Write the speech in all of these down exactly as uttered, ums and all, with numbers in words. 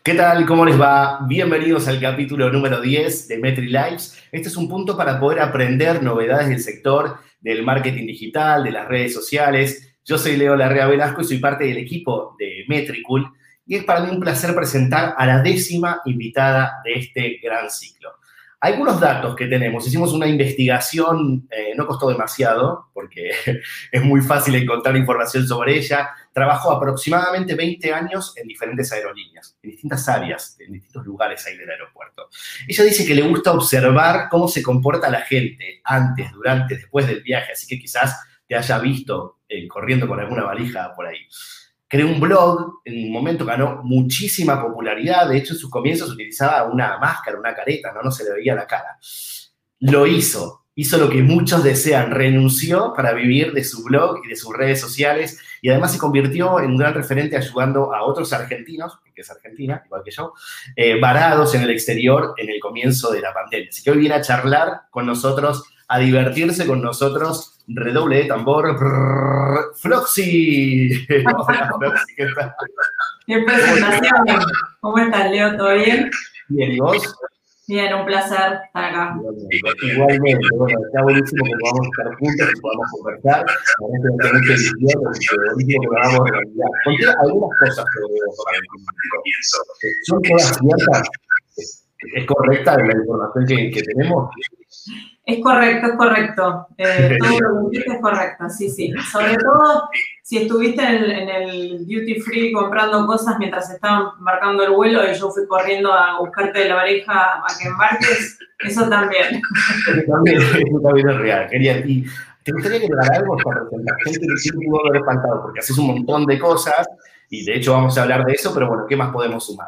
¿Qué tal? ¿Cómo les va? Bienvenidos al capítulo número diez de Metri Lives. Este es un punto para poder aprender novedades del sector del marketing digital, de las redes sociales. Yo soy Leo Larrea Velasco y soy parte del equipo de Metricool. Y es para mí un placer presentar a la décima invitada de este gran ciclo. Algunos datos que tenemos. Hicimos una investigación, eh, no costó demasiado, porque es muy fácil encontrar información sobre ella. Trabajó aproximadamente veinte años en diferentes aerolíneas, en distintas áreas, en distintos lugares ahí del aeropuerto. Ella dice que le gusta observar cómo se comporta la gente antes, durante, después del viaje, así que quizás te haya visto eh, corriendo con alguna valija por ahí. Creó un blog, en un momento ganó muchísima popularidad, de hecho en sus comienzos utilizaba una máscara, una careta, no, no se le veía la cara. Lo hizo, hizo lo que muchos desean, renunció para vivir de su blog y de sus redes sociales y además se convirtió en un gran referente ayudando a otros argentinos, porque es argentina, igual que yo, eh, varados en el exterior en el comienzo de la pandemia. Así que hoy viene a charlar con nosotros, a divertirse con nosotros. Redoble de tambor. Brrr, Floxy. Hola, Floxy, ¿qué tal? Qué presentación. ¿Cómo estás, Leo? ¿Todo bien? Bien, ¿y vos? Bien, un placer estar acá. Igualmente, igualmente. Bueno, está buenísimo que podamos estar juntos y podamos conversar. Realmente no tengo mucha ilusión porque lo único que lo hagamos en realidad. Conté algunas cosas sobre vos para el comienzo. ¿Son todas ciertas? ¿Es correcta la información que, que tenemos? Es correcto, es correcto. Eh, todo lo que dijiste es correcto, sí, sí. Sobre todo si estuviste en el, en el duty free comprando cosas mientras estaban marcando el vuelo y yo fui corriendo a buscarte de la oreja a que embarques, eso también. Eso también, eso también es real. Quería, y ¿te gustaría agregar algo esta presentación que sí pudo haber faltado? Porque haces un montón de cosas y de hecho vamos a hablar de eso, pero bueno, ¿qué más podemos sumar?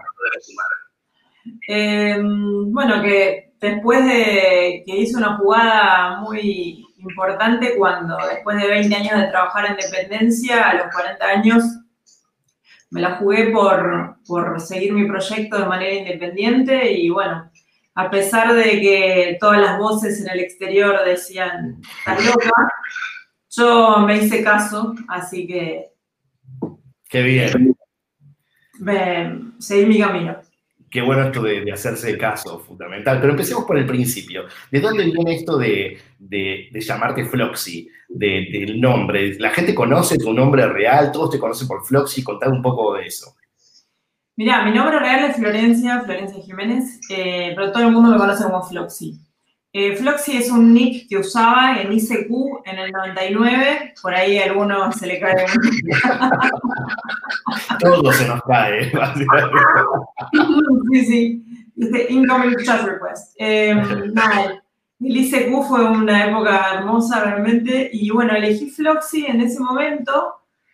Eh, bueno, que después de que hice una jugada muy importante cuando después de veinte años de trabajar en dependencia, a los cuarenta años, me la jugué por, por seguir mi proyecto de manera independiente y bueno, a pesar de que todas las voces en el exterior decían, estás loca, yo me hice caso, así que... Qué bien. Me, seguí mi camino. Qué bueno esto de, de hacerse caso, fundamental. Pero empecemos por el principio. ¿De dónde viene esto de, de, de llamarte Floxy, de, del nombre? ¿La gente conoce tu nombre real? ¿Todos te conocen por Floxy? Contad un poco de eso. Mirá, mi nombre real es Florencia, Florencia Jiménez, eh, pero todo el mundo me conoce como Floxy. Eh, Floxy es un nick que usaba en I C Q en el noventa y nueve, por ahí a alguno se le cae. Todo se nos cae, básicamente. Sí, sí. Dice Incoming Chat Request. Eh, nada, el I C Q fue una época hermosa realmente y bueno, elegí Floxy en ese momento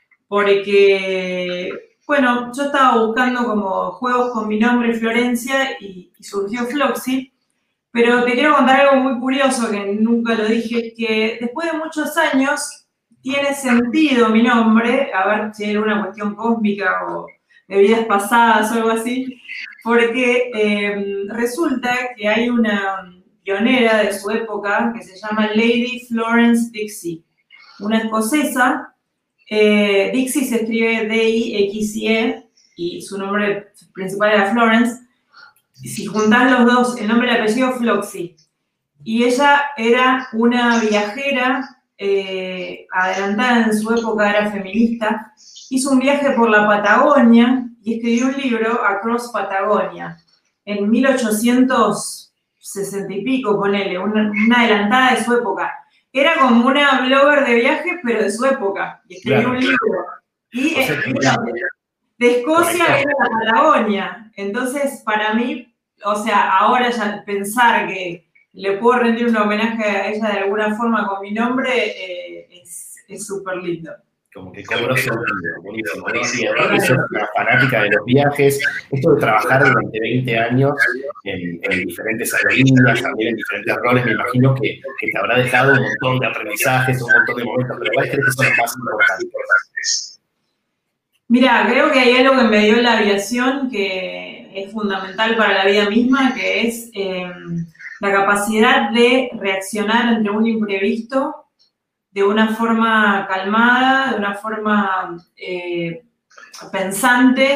porque, bueno, yo estaba buscando como juegos con mi nombre Florencia y, y surgió Floxy. Pero te quiero contar algo muy curioso que nunca lo dije, que después de muchos años tiene sentido mi nombre, a ver si era una cuestión cósmica o de vidas pasadas o algo así, porque eh, resulta que hay una pionera de su época que se llama Lady Florence Dixie, una escocesa. Eh, Dixie se escribe D I X I E y su nombre principal era Florence. Si juntás los dos, el nombre y el apellido, Floxy. Y ella era una viajera eh, adelantada en su época, era feminista. Hizo un viaje por la Patagonia y escribió un libro, Across Patagonia, en mil ochocientos sesenta y pico, ponele, una, una adelantada de su época. Era como una blogger de viajes, pero de su época. Y escribió claro. un libro. Y, o sea, eh, bueno, de Escocia era la Patagonia. Entonces, para mí, o sea, ahora ya pensar que le puedo rendir un homenaje a ella de alguna forma con mi nombre eh, es súper lindo. Como que cobró sentido, buenísimo. Sí, aparte sos una fanática de los viajes, esto de trabajar durante veinte años en, en diferentes aerolíneas, también en diferentes roles, me imagino que, que te habrá dejado un montón de aprendizajes, un montón de momentos, pero ¿cuáles crees que son los más importantes? Mira, creo que hay algo que me dio la aviación que es fundamental para la vida misma, que es eh, la capacidad de reaccionar ante un imprevisto de una forma calmada, de una forma eh, pensante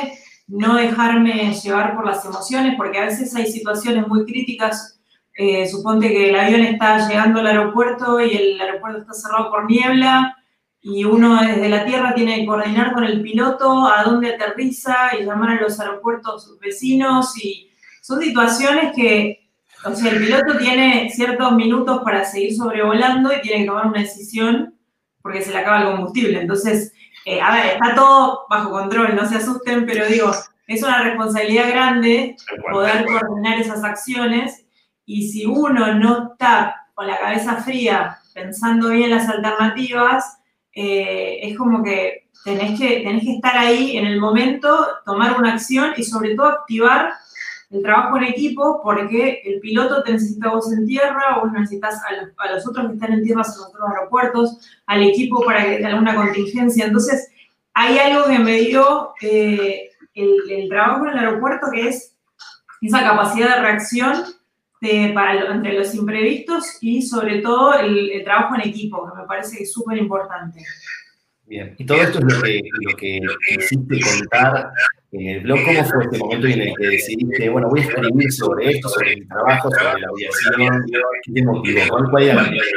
no dejarme llevar por las emociones, porque a veces hay situaciones muy críticas. Eh, suponte que el avión está llegando al aeropuerto y el aeropuerto está cerrado por niebla y uno desde la tierra tiene que coordinar con el piloto a dónde aterriza y llamar a los aeropuertos vecinos, y son situaciones que, o sea, el piloto tiene ciertos minutos para seguir sobrevolando y tiene que tomar una decisión porque se le acaba el combustible. Entonces, eh, a ver, está todo bajo control, no se asusten, pero digo, es una responsabilidad grande poder coordinar esas acciones, y si uno no está con la cabeza fría pensando bien las alternativas, eh, es como que tenés, que tenés que estar ahí en el momento, tomar una acción y sobre todo activar el trabajo en equipo, porque el piloto te necesita a vos en tierra, vos necesitas a los, a los otros que están en tierra, a los otros aeropuertos, al equipo para que haya alguna contingencia. Entonces, hay algo que me dio eh, el, el trabajo en el aeropuerto, que es esa capacidad de reacción de, para lo, entre los imprevistos y sobre todo el, el trabajo en equipo, que me parece que es súper importante. Bien, y todo esto es lo que, lo que quisiste contar en el blog. ¿Cómo fue este momento en el que decidiste, bueno, voy a escribir sobre esto, sobre mi trabajo, sobre la aviación? ¿Qué te motivó? ¿Cuál fue la idea?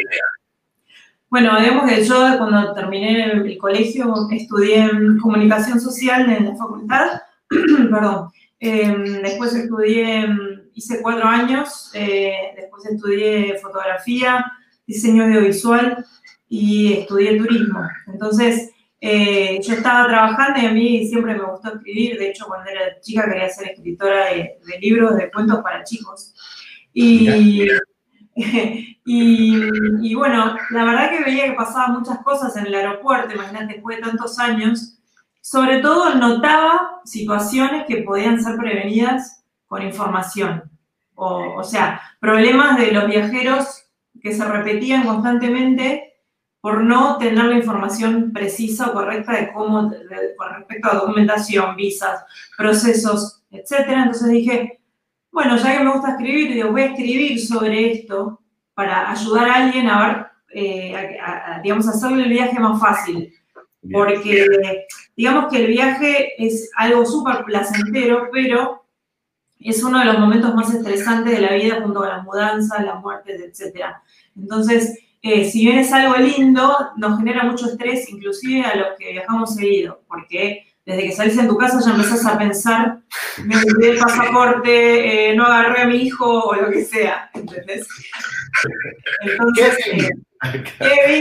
Bueno, digamos que yo cuando terminé el colegio estudié comunicación social en la facultad, perdón, eh, después estudié, hice cuatro años, eh, después estudié fotografía, diseño audiovisual y estudié turismo. Entonces, eh, yo estaba trabajando y a mí siempre me gustó escribir. De hecho, cuando era chica quería ser escritora de, de libros, de cuentos para chicos. Y... Y, y bueno, la verdad que veía que pasaban muchas cosas en el aeropuerto, imagínate, después de tantos años. Sobre todo notaba situaciones que podían ser prevenidas con información. O, o sea, problemas de los viajeros que se repetían constantemente por no tener la información precisa o correcta de cómo, de, de, con respecto a documentación, visas, procesos, etcétera. Entonces dije, bueno, ya que me gusta escribir, digo, voy a escribir sobre esto para ayudar a alguien a ver, eh, a, a, digamos, hacerle el viaje más fácil. Porque, digamos que el viaje es algo súper placentero, pero es uno de los momentos más estresantes de la vida junto con las mudanzas, las muertes, etcétera. Entonces, eh, si bien es algo lindo, nos genera mucho estrés, inclusive a los que viajamos seguido, porque desde que salís en tu casa ya empezás a pensar, me olvidé el pasaporte, eh, no agarré a mi hijo o lo que sea, ¿entendés? Entonces, eh, qué bien.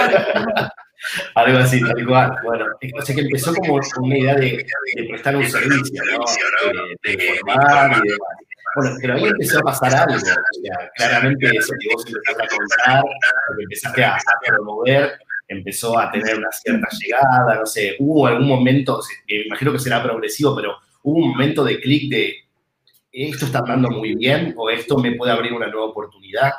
Algo así, tal cual. Bueno, o sea que empezó como con una idea de, de prestar un servicio, ¿no? De, de informar y demás. Bueno, pero ahí empezó a pasar algo. O sea, claramente eso que vos empezaste a contar, lo que empezaste a, a promover, empezó a tener una cierta llegada, no sé, hubo algún momento, me imagino que será progresivo, pero hubo un momento de clic de esto está andando muy bien o esto me puede abrir una nueva oportunidad.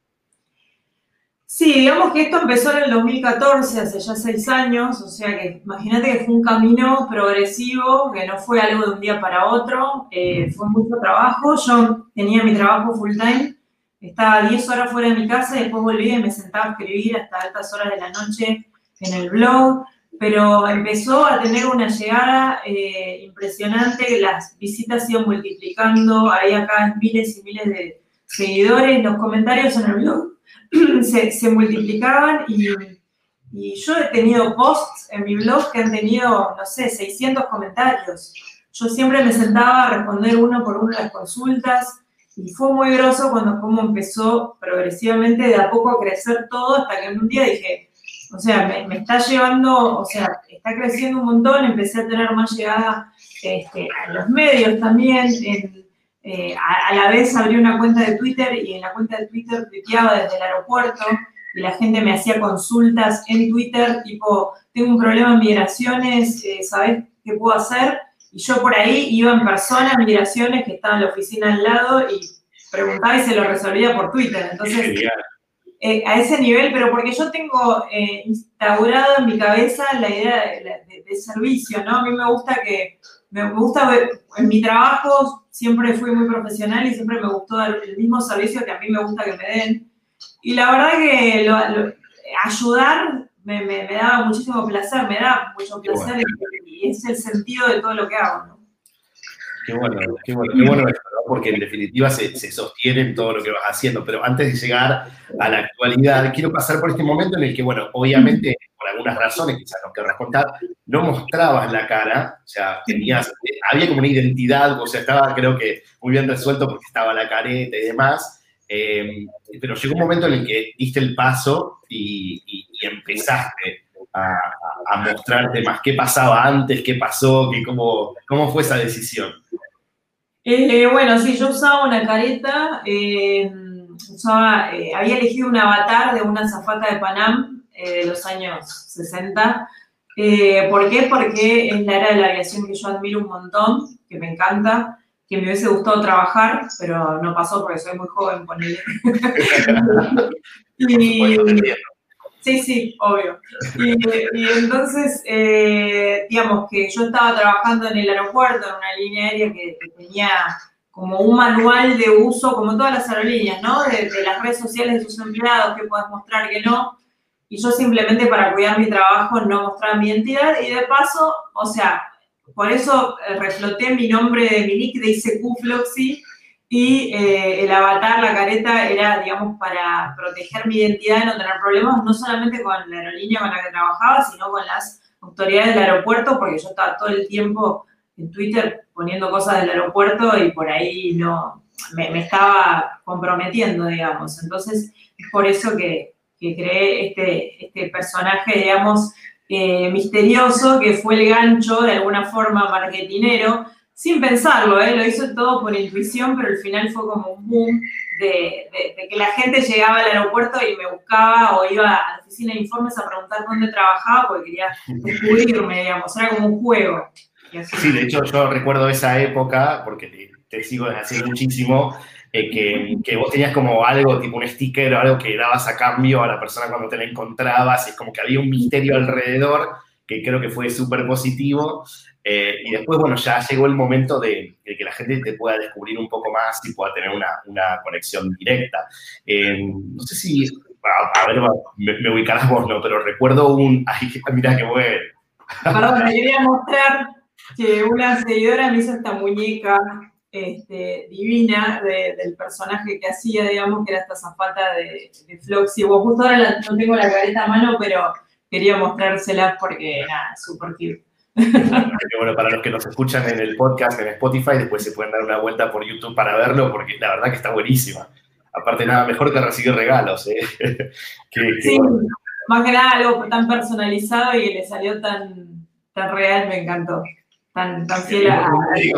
Sí, digamos que esto empezó en el dos mil catorce, hace ya seis años, o sea que imagínate que fue un camino progresivo, que no fue algo de un día para otro, eh, fue mucho trabajo. Yo tenía mi trabajo full time, estaba diez horas fuera de mi casa y después volvía y me sentaba a escribir hasta altas horas de la noche en el blog, pero empezó a tener una llegada eh, impresionante, las visitas se iban multiplicando, hay acá miles y miles de seguidores, los comentarios en el blog Se, se multiplicaban y, y yo he tenido posts en mi blog que han tenido, no sé, seiscientos comentarios. Yo siempre me sentaba a responder uno por uno las consultas y fue muy groso cuando como empezó progresivamente de a poco a crecer todo, hasta que en un día dije, o sea, me, me está llevando, o sea, está creciendo un montón, empecé a tener más llegada este, a los medios también, en, Eh, a, a la vez abrí una cuenta de Twitter y en la cuenta de Twitter tuiteaba desde el aeropuerto y la gente me hacía consultas en Twitter, tipo, tengo un problema en migraciones, eh, ¿sabés qué puedo hacer? Y yo por ahí iba en persona a migraciones, que estaba en la oficina al lado, y preguntaba y se lo resolvía por Twitter. Entonces, eh, a ese nivel, pero porque yo tengo eh, instaurado en mi cabeza la idea de, de, de servicio, ¿no? A mí me gusta que, me gusta ver, en mi trabajo siempre fui muy profesional y siempre me gustó dar el mismo servicio que a mí me gusta que me den. Y la verdad que lo, lo, ayudar me, me, me daba muchísimo placer, me da mucho placer y, y es el sentido de todo lo que hago, ¿no? Qué bueno, qué bueno, qué bueno esto, ¿no? Porque en definitiva se, se sostiene en todo lo que vas haciendo. Pero antes de llegar a la actualidad, quiero pasar por este momento en el que, bueno, obviamente, por algunas razones, quizás no querrás contar, no mostrabas la cara, o sea, tenías, había como una identidad, o sea, estaba creo que muy bien resuelto porque estaba la careta y demás, eh, pero llegó un momento en el que diste el paso y, y, y empezaste a, a, a mostrarte más. ¿Qué pasaba antes? ¿Qué pasó? ¿Qué, cómo, ¿Cómo fue esa decisión? Eh, bueno, sí, yo usaba una careta, eh, usaba, eh, había elegido un avatar de una azafata de Panam eh, de los años sesenta. Eh, ¿Por qué? Porque es la era de la aviación que yo admiro un montón, que me encanta, que me hubiese gustado trabajar, pero no pasó porque soy muy joven, ponele. y, Sí, sí, obvio. Y, y entonces, eh, digamos que yo estaba trabajando en el aeropuerto, en una línea aérea que, que tenía como un manual de uso, como todas las aerolíneas, ¿no? De, de las redes sociales de sus empleados, que puedes mostrar, que no. Y yo simplemente para cuidar mi trabajo no mostraba mi identidad y de paso, o sea, por eso eh, refloté mi nombre de mi nick de I C Q Floxy. Y eh, el avatar, la careta, era, digamos, para proteger mi identidad y no tener problemas, no solamente con la aerolínea con la que trabajaba, sino con las autoridades del aeropuerto, porque yo estaba todo el tiempo en Twitter poniendo cosas del aeropuerto y por ahí no me, me estaba comprometiendo, digamos. Entonces, es por eso que, que creé este, este personaje, digamos, eh, misterioso, que fue el gancho, de alguna forma, marketinero, sin pensarlo, ¿eh? Lo hizo todo por intuición, pero al final fue como un boom de, de, de que la gente llegaba al aeropuerto y me buscaba o iba a la oficina de informes a preguntar dónde trabajaba porque quería descubrirme, digamos, era como un juego. Sí, de hecho yo recuerdo esa época, porque te, te sigo desde hace muchísimo, eh, que, que vos tenías como algo, tipo un sticker o algo que dabas a cambio a la persona cuando te la encontrabas, y es como que había un misterio alrededor que creo que fue súper positivo. Eh, y después, bueno, ya llegó el momento de, de que la gente te pueda descubrir un poco más y pueda tener una, una conexión directa. Eh, no sé si, a, a ver, me, me ubicarás vos, ¿no? Pero recuerdo un, ay, mirá qué bueno. Perdón, me quería mostrar que una seguidora me hizo esta muñeca este, divina de, del personaje que hacía, digamos, que era esta zapata de, de Floxy. Vos justo ahora la, no tengo la careta a mano, pero quería mostrárselas porque, nada, súper cute. Bueno, bueno, para los que nos escuchan en el podcast, en Spotify, después se pueden dar una vuelta por YouTube para verlo, porque la verdad que está buenísima. Aparte, nada mejor que recibir regalos, ¿eh? que, sí, bueno. Más que nada algo tan personalizado y que le salió tan, tan real, me encantó. Tan, tan fiel a...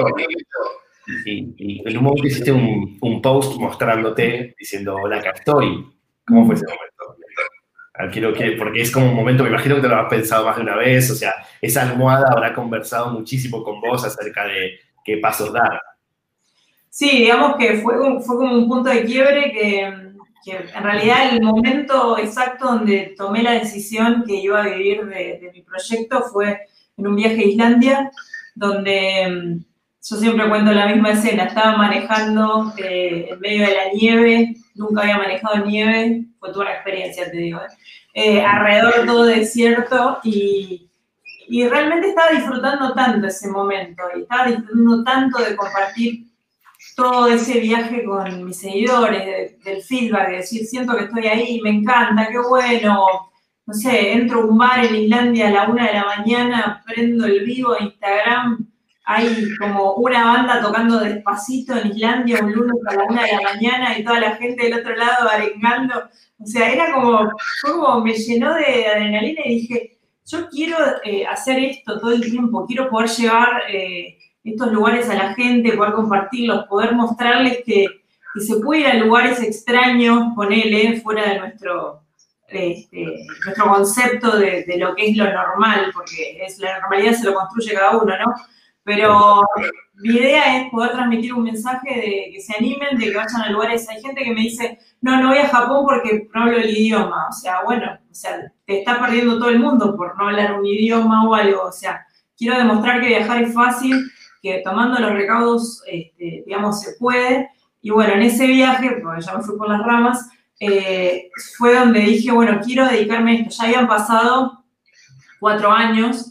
Y, y en un momento hiciste un, un post mostrándote, diciendo, hola, acá estoy. ¿Cómo fue ese momento? Quiero que, porque es como un momento, me imagino que te lo has pensado más de una vez, o sea, esa almohada habrá conversado muchísimo con vos acerca de qué pasos dar. Sí, digamos que fue, un, fue como un punto de quiebre que, que en realidad el momento exacto donde tomé la decisión que iba a vivir de, de mi proyecto fue en un viaje a Islandia, donde yo siempre cuento la misma escena, estaba manejando eh, en medio de la nieve, nunca había manejado nieve, fue toda una experiencia, te digo, ¿eh? Eh, alrededor todo desierto y, y realmente estaba disfrutando tanto ese momento y estaba disfrutando tanto de compartir todo ese viaje con mis seguidores, de, del feedback, de decir, siento que estoy ahí, me encanta, qué bueno, no sé, entro a un bar en Islandia a la una de la mañana, prendo el vivo de Instagram, hay como una banda tocando despacito en Islandia un lunes a la una de la mañana y toda la gente del otro lado arengando. O sea, era como, fue como, me llenó de adrenalina y dije, yo quiero eh, hacer esto todo el tiempo, quiero poder llevar eh, estos lugares a la gente, poder compartirlos, poder mostrarles que, que se puede ir a lugares extraños, ponele, fuera de nuestro, este, nuestro concepto de, de lo que es lo normal, porque es, la normalidad se lo construye cada uno, ¿no? Pero mi idea es poder transmitir un mensaje de que se animen, de que vayan a lugares. Hay gente que me dice, no, no voy a Japón porque no hablo el idioma. O sea, bueno, o sea, te está perdiendo todo el mundo por no hablar un idioma o algo. O sea, quiero demostrar que viajar es fácil, que tomando los recaudos, este, digamos, se puede. Y bueno, en ese viaje, porque ya me fui por las ramas, eh, fue donde dije, bueno, quiero dedicarme a esto. Ya habían pasado cuatro años.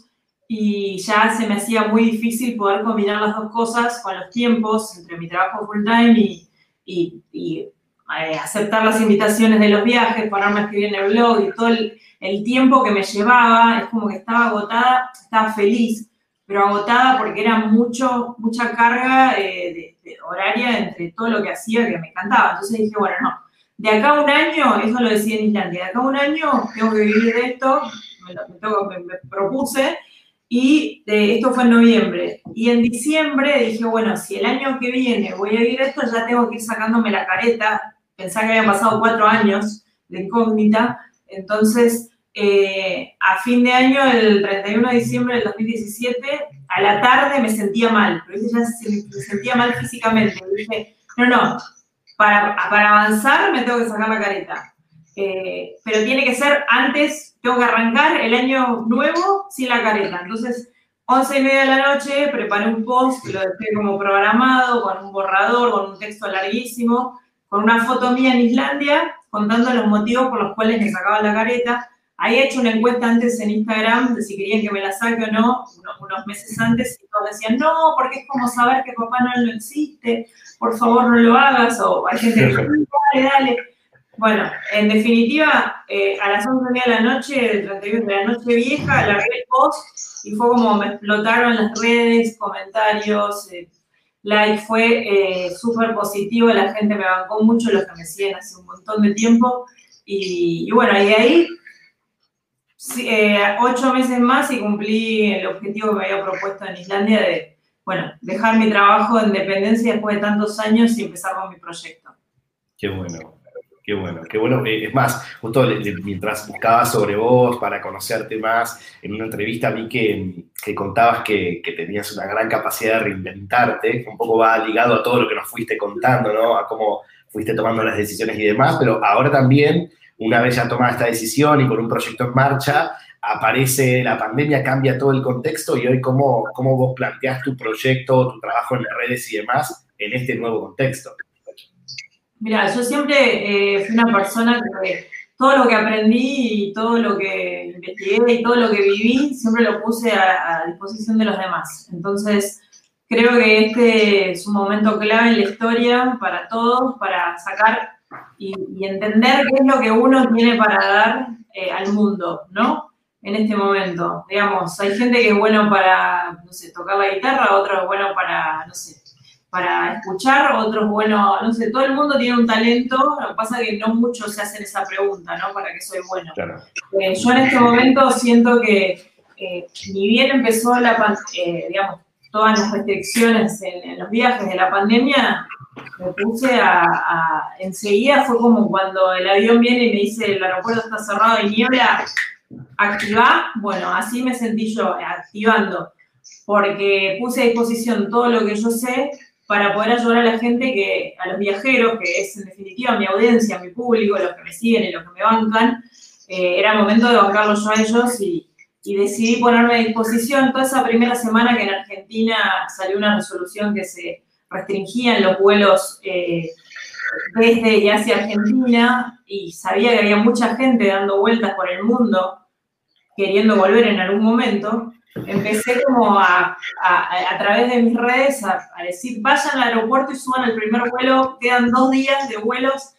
y ya se me hacía muy difícil poder combinar las dos cosas con los tiempos entre mi trabajo full time y, y, y eh, aceptar las invitaciones de los viajes, ponerme a escribir en el blog y todo el, el tiempo que me llevaba. Es como que estaba agotada, estaba feliz, pero agotada porque era mucho, mucha carga eh, de, de horaria entre todo lo que hacía que me encantaba. Entonces dije, bueno, no, de acá a un año, eso lo decía en Islandia, de acá a un año tengo que vivir de esto, me, lo, me, tengo, me, me propuse. Y eh, esto fue en noviembre. Y en diciembre dije, bueno, si el año que viene voy a vivir esto, ya tengo que ir sacándome la careta. Pensaba que habían pasado cuatro años de incógnita. Entonces, eh, a fin de año, el treinta y uno de diciembre del dos mil diecisiete, a la tarde me sentía mal. Pero ya me sentía mal físicamente. Y dije, no, no, para, para avanzar me tengo que sacar la careta. Eh, pero tiene que ser antes, tengo que arrancar el año nuevo sin la careta. Entonces, once y media de la noche, preparé un post, lo dejé como programado, con un borrador, con un texto larguísimo, con una foto mía en Islandia, contando los motivos por los cuales me sacaba la careta. Ahí he hecho una encuesta antes en Instagram de si querían que me la saque o no, unos, unos meses antes, y todos decían, no, porque es como saber que Papá Noel no existe, por favor no lo hagas, o hay gente que dice, dale, dale. Bueno, en definitiva, eh, a las once y media de la noche, del treinta y uno de la noche vieja, largué el post y fue como me explotaron las redes, comentarios, eh, like, fue eh, súper positivo, la gente me bancó mucho, los que me siguen hace un montón de tiempo, y, y bueno, y de ahí, sí, eh, ocho meses más y cumplí el objetivo que me había propuesto en Islandia de, bueno, dejar mi trabajo en dependencia después de tantos años y empezar con mi proyecto. Qué bueno. Qué bueno, qué bueno. Es más, justo mientras buscaba sobre vos para conocerte más, en una entrevista vi que, que contabas que, que tenías una gran capacidad de reinventarte, que un poco va ligado a todo lo que nos fuiste contando, ¿no? A cómo fuiste tomando las decisiones y demás, pero ahora también, una vez ya tomada esta decisión y con un proyecto en marcha, aparece la pandemia, cambia todo el contexto y hoy cómo, cómo vos planteás tu proyecto, tu trabajo en redes y demás en este nuevo contexto. Mira, yo siempre eh, fui una persona que todo lo que aprendí y todo lo que investigué y todo lo que viví, siempre lo puse a, a disposición de los demás. Entonces, creo que este es un momento clave en la historia para todos, para sacar y, y entender qué es lo que uno tiene para dar eh, al mundo, ¿no? En este momento. Digamos, hay gente que es bueno para, no sé, tocar la guitarra, otro es bueno para, no sé, para escuchar, otros, bueno, no sé, todo el mundo tiene un talento, lo que pasa es que no muchos se hacen esa pregunta, ¿no? ¿Para qué soy bueno? Claro. Eh, yo en este momento siento que eh, ni bien empezó la, eh, digamos, todas las restricciones en, en los viajes de la pandemia, me puse a, a, enseguida fue como cuando el avión viene y me dice el aeropuerto está cerrado y niebla, activá, bueno, así me sentí yo, activando, porque puse a disposición todo lo que yo sé para poder ayudar a la gente, que a los viajeros, que es en definitiva mi audiencia, mi público, los que me siguen y los que me bancan, eh, era el momento de bancarlos yo a ellos y, y decidí ponerme a disposición. Toda esa primera semana que en Argentina salió una resolución que se restringían los vuelos eh, desde y hacia Argentina, y sabía que había mucha gente dando vueltas por el mundo queriendo volver en algún momento, empecé como a, a, a través de mis redes a, a decir, vayan al aeropuerto y suban el primer vuelo, quedan dos días de vuelos,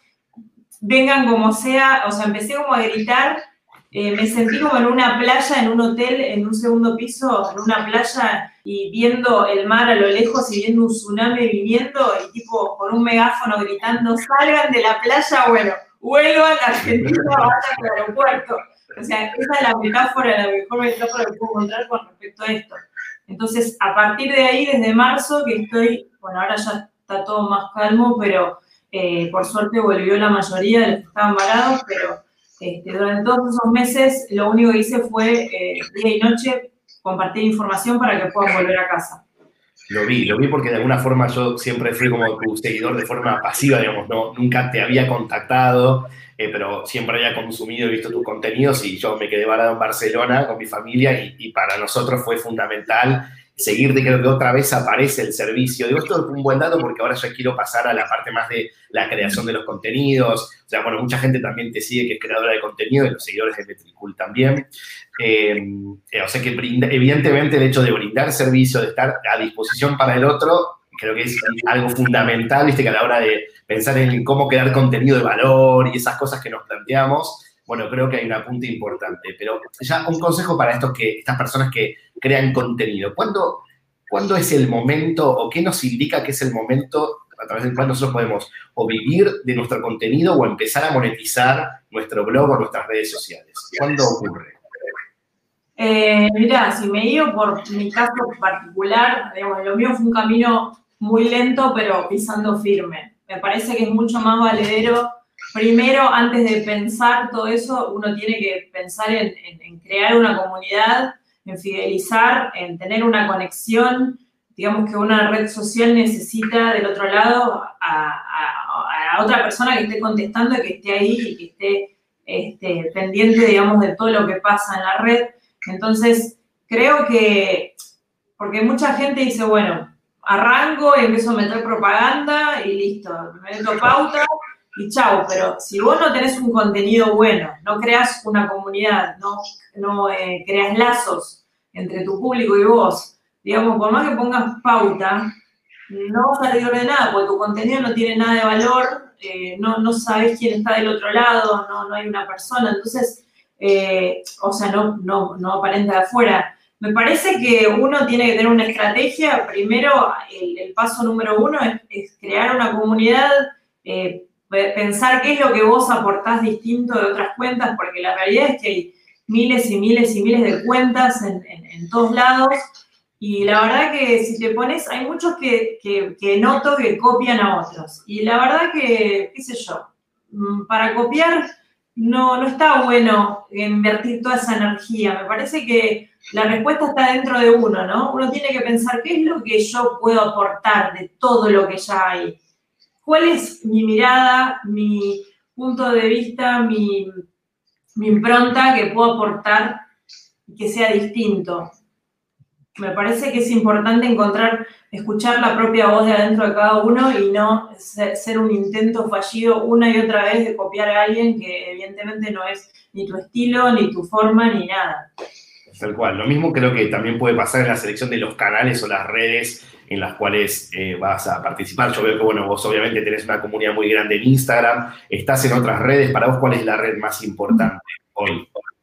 vengan como sea, o sea, empecé como a gritar, eh, me sentí como en una playa, en un hotel, en un segundo piso, en una playa, y viendo el mar a lo lejos y viendo un tsunami viniendo, y tipo con un megáfono gritando, salgan de la playa, bueno, vuelvan a Argentina, vayan al aeropuerto. O sea, esa es la metáfora, la mejor metáfora que puedo encontrar con respecto a esto. Entonces, a partir de ahí, desde marzo, que estoy, bueno, ahora ya está todo más calmo, pero eh, por suerte volvió la mayoría de los que estaban varados, pero este, durante todos esos meses lo único que hice fue eh, día y noche compartir información para que puedan volver a casa. Lo vi, lo vi porque de alguna forma yo siempre fui como tu seguidor de forma pasiva, digamos, no, nunca te había contactado, eh, pero siempre había consumido y visto tus contenidos y yo me quedé varado en Barcelona con mi familia y, y para nosotros fue fundamental seguirte, creo que otra vez aparece el servicio. Digo, esto es un buen dato porque ahora ya quiero pasar a la parte más de la creación de los contenidos. O sea, bueno, mucha gente también te sigue que es creadora de contenido y los seguidores de Metricool también. Eh, o sea que brinda, evidentemente el hecho de brindar servicio, de estar a disposición para el otro, creo que es algo fundamental, viste, que a la hora de pensar en cómo crear contenido de valor y esas cosas que nos planteamos, bueno, creo que hay un apunte importante. Pero ya un consejo para estos que, estas personas que crean contenido. ¿Cuándo, ¿Cuándo es el momento o qué nos indica que es el momento a través del cual nosotros podemos o vivir de nuestro contenido o empezar a monetizar nuestro blog o nuestras redes sociales? ¿Cuándo ocurre? Eh, mirá, si me digo por mi caso particular, digamos, lo mío fue un camino muy lento, pero pisando firme. Me parece que es mucho más valedero. Primero, antes de pensar todo eso, uno tiene que pensar en, en, en crear una comunidad, en fidelizar, en tener una conexión. Digamos que una red social necesita del otro lado a, a, a otra persona que esté contestando y que esté ahí y que esté este, pendiente, digamos, de todo lo que pasa en la red. Entonces, creo que, porque mucha gente dice, bueno, arranco y empiezo a meter propaganda y listo, me meto pauta y chau, pero si vos no tenés un contenido bueno, no creas una comunidad, no, no eh, creas lazos entre tu público y vos, digamos, por más que pongas pauta, no vas a salir de nada, porque tu contenido no tiene nada de valor, eh, no, no sabes quién está del otro lado, no, no hay una persona, entonces... Eh, o sea, no, no, no aparenta de afuera. Me parece que uno tiene que tener una estrategia. Primero, el, el paso número uno es, es crear una comunidad, eh, pensar qué es lo que vos aportás distinto de otras cuentas, porque la realidad es que hay miles y miles y miles de cuentas en, en, en todos lados, y la verdad que si te pones, hay muchos que, que, que noto que copian a otros, y la verdad que, qué sé yo, para copiar... No, no está bueno invertir toda esa energía. Me parece que la respuesta está dentro de uno, ¿no? Uno tiene que pensar qué es lo que yo puedo aportar de todo lo que ya hay. ¿Cuál es mi mirada, mi punto de vista, mi, mi impronta que puedo aportar y que sea distinto? Me parece que es importante encontrar, escuchar la propia voz de adentro de cada uno y no ser un intento fallido una y otra vez de copiar a alguien que evidentemente no es ni tu estilo, ni tu forma, ni nada. Tal cual. Lo mismo creo que también puede pasar en la selección de los canales o las redes en las cuales eh, vas a participar. Yo veo que, bueno, vos obviamente tenés una comunidad muy grande en Instagram, estás en otras redes. Para vos, ¿cuál es la red más importante hoy?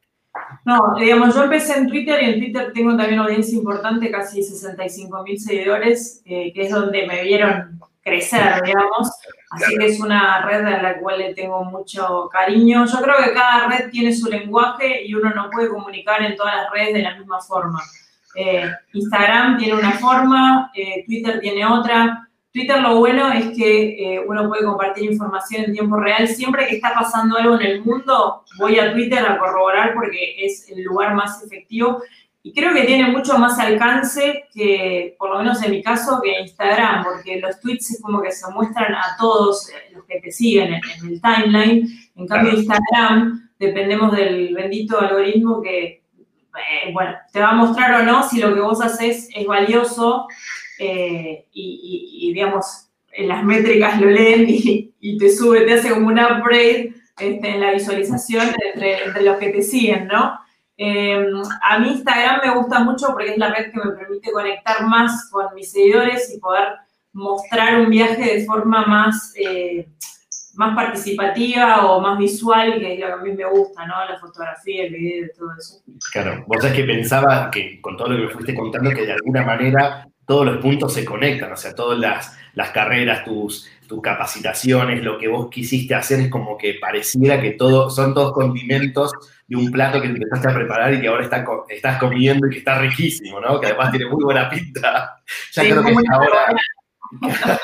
No, digamos, yo empecé en Twitter y en Twitter tengo también una audiencia importante, casi sesenta y cinco mil seguidores, eh, que es donde me vieron crecer, digamos. Así que es una red a la cual le tengo mucho cariño. Yo creo que cada red tiene su lenguaje y uno no puede comunicar en todas las redes de la misma forma. Eh, Instagram tiene una forma, eh, Twitter tiene otra. Twitter lo bueno es que eh, uno puede compartir información en tiempo real. Siempre que está pasando algo en el mundo, voy a Twitter a corroborar porque es el lugar más efectivo. Y creo que tiene mucho más alcance que, por lo menos en mi caso, que Instagram, porque los tweets es como que se muestran a todos los que te siguen en, en el timeline. En cambio, Instagram, dependemos del bendito algoritmo que, eh, bueno, te va a mostrar o no si lo que vos haces es valioso. Eh, y, y, y, digamos, en las métricas lo leen y, y te sube, te hace como un upgrade este, en la visualización entre, entre los que te siguen, ¿no? Eh, a mí Instagram me gusta mucho porque es la red que me permite conectar más con mis seguidores y poder mostrar un viaje de forma más, eh, más participativa o más visual, que es lo que a mí me gusta, ¿no? La fotografía, el video y todo eso. Claro, vos sabés que pensaba que con todo lo que me fuiste contando que de alguna manera todos los puntos se conectan, o sea, todas las, las carreras, tus, tus capacitaciones, lo que vos quisiste hacer es como que pareciera que todo, son todos condimentos de un plato que te empezaste a preparar y que ahora está, estás comiendo y que está riquísimo, ¿no? Que además tiene muy buena pinta. Ya sí, creo que ahora...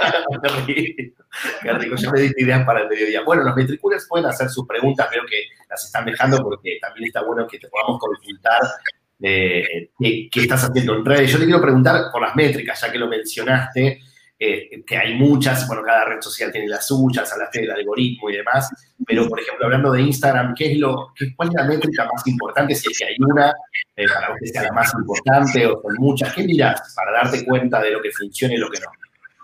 Qué rico, ya me diste ideas para el mediodía. Bueno, los Metricoolers pueden hacer sus preguntas, veo que las están dejando porque también está bueno que te podamos consultar Eh, ¿qué, ¿qué estás haciendo en redes? Yo te quiero preguntar por las métricas, ya que lo mencionaste, eh, que hay muchas, bueno, cada red social tiene las suyas, hablaste del algoritmo y demás, pero, por ejemplo, hablando de Instagram, ¿qué es lo, qué, ¿cuál es la métrica más importante, si es que hay una, eh, para vos que sea la más importante o son muchas? ¿Qué mirás para darte cuenta de lo que funciona y lo que no?